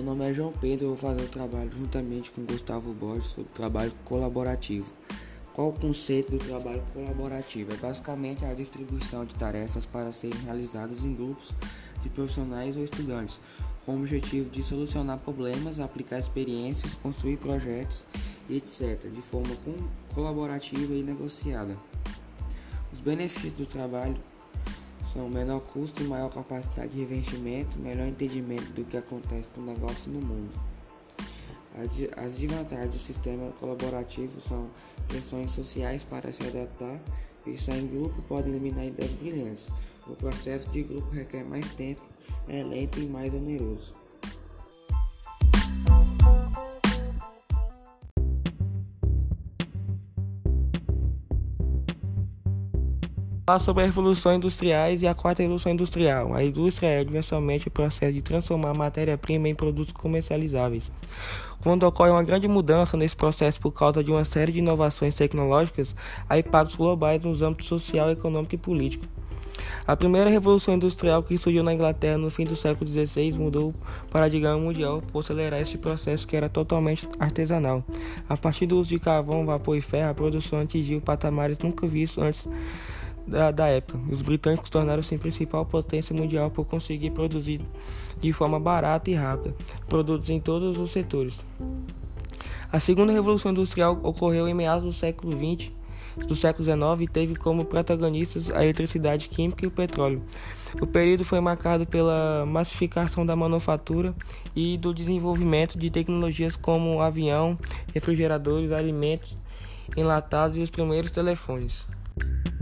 nome é João Pedro, eu vou fazer o trabalho juntamente com Gustavo Borges sobre trabalho colaborativo. Qual o conceito do trabalho colaborativo? É basicamente a distribuição de tarefas para serem realizadas em grupos de profissionais ou estudantes, com o objetivo de solucionar problemas, aplicar experiências, construir projetos, etc., de forma colaborativa e negociada. Os benefícios do trabalho são menor custo e maior capacidade de reinvestimento, melhor entendimento do que acontece no negócio e no mundo. As desvantagens do sistema colaborativo são pressões sociais para se adaptar, pensar em grupo pode eliminar ideias brilhantes. O processo de grupo requer mais tempo, é lento e mais oneroso. Falar sobre as revoluções industriais e a quarta revolução industrial. A indústria é universalmente o processo de transformar a matéria-prima em produtos comercializáveis. Quando ocorre uma grande mudança nesse processo por causa de uma série de inovações tecnológicas, há impactos globais nos âmbitos social, econômico e político. A primeira revolução industrial, que surgiu na Inglaterra no fim do século XVI, mudou o paradigma mundial por acelerar este processo que era totalmente artesanal. A partir do uso de carvão, vapor e ferro, a produção atingiu patamares nunca vistos antes da época. Os britânicos tornaram-se a principal potência mundial por conseguir produzir de forma barata e rápida produtos em todos os setores. A segunda revolução industrial ocorreu em meados do século XIX e teve como protagonistas a eletricidade química e o petróleo. O período foi marcado pela massificação da manufatura e do desenvolvimento de tecnologias como avião, refrigeradores, alimentos enlatados e os primeiros telefones.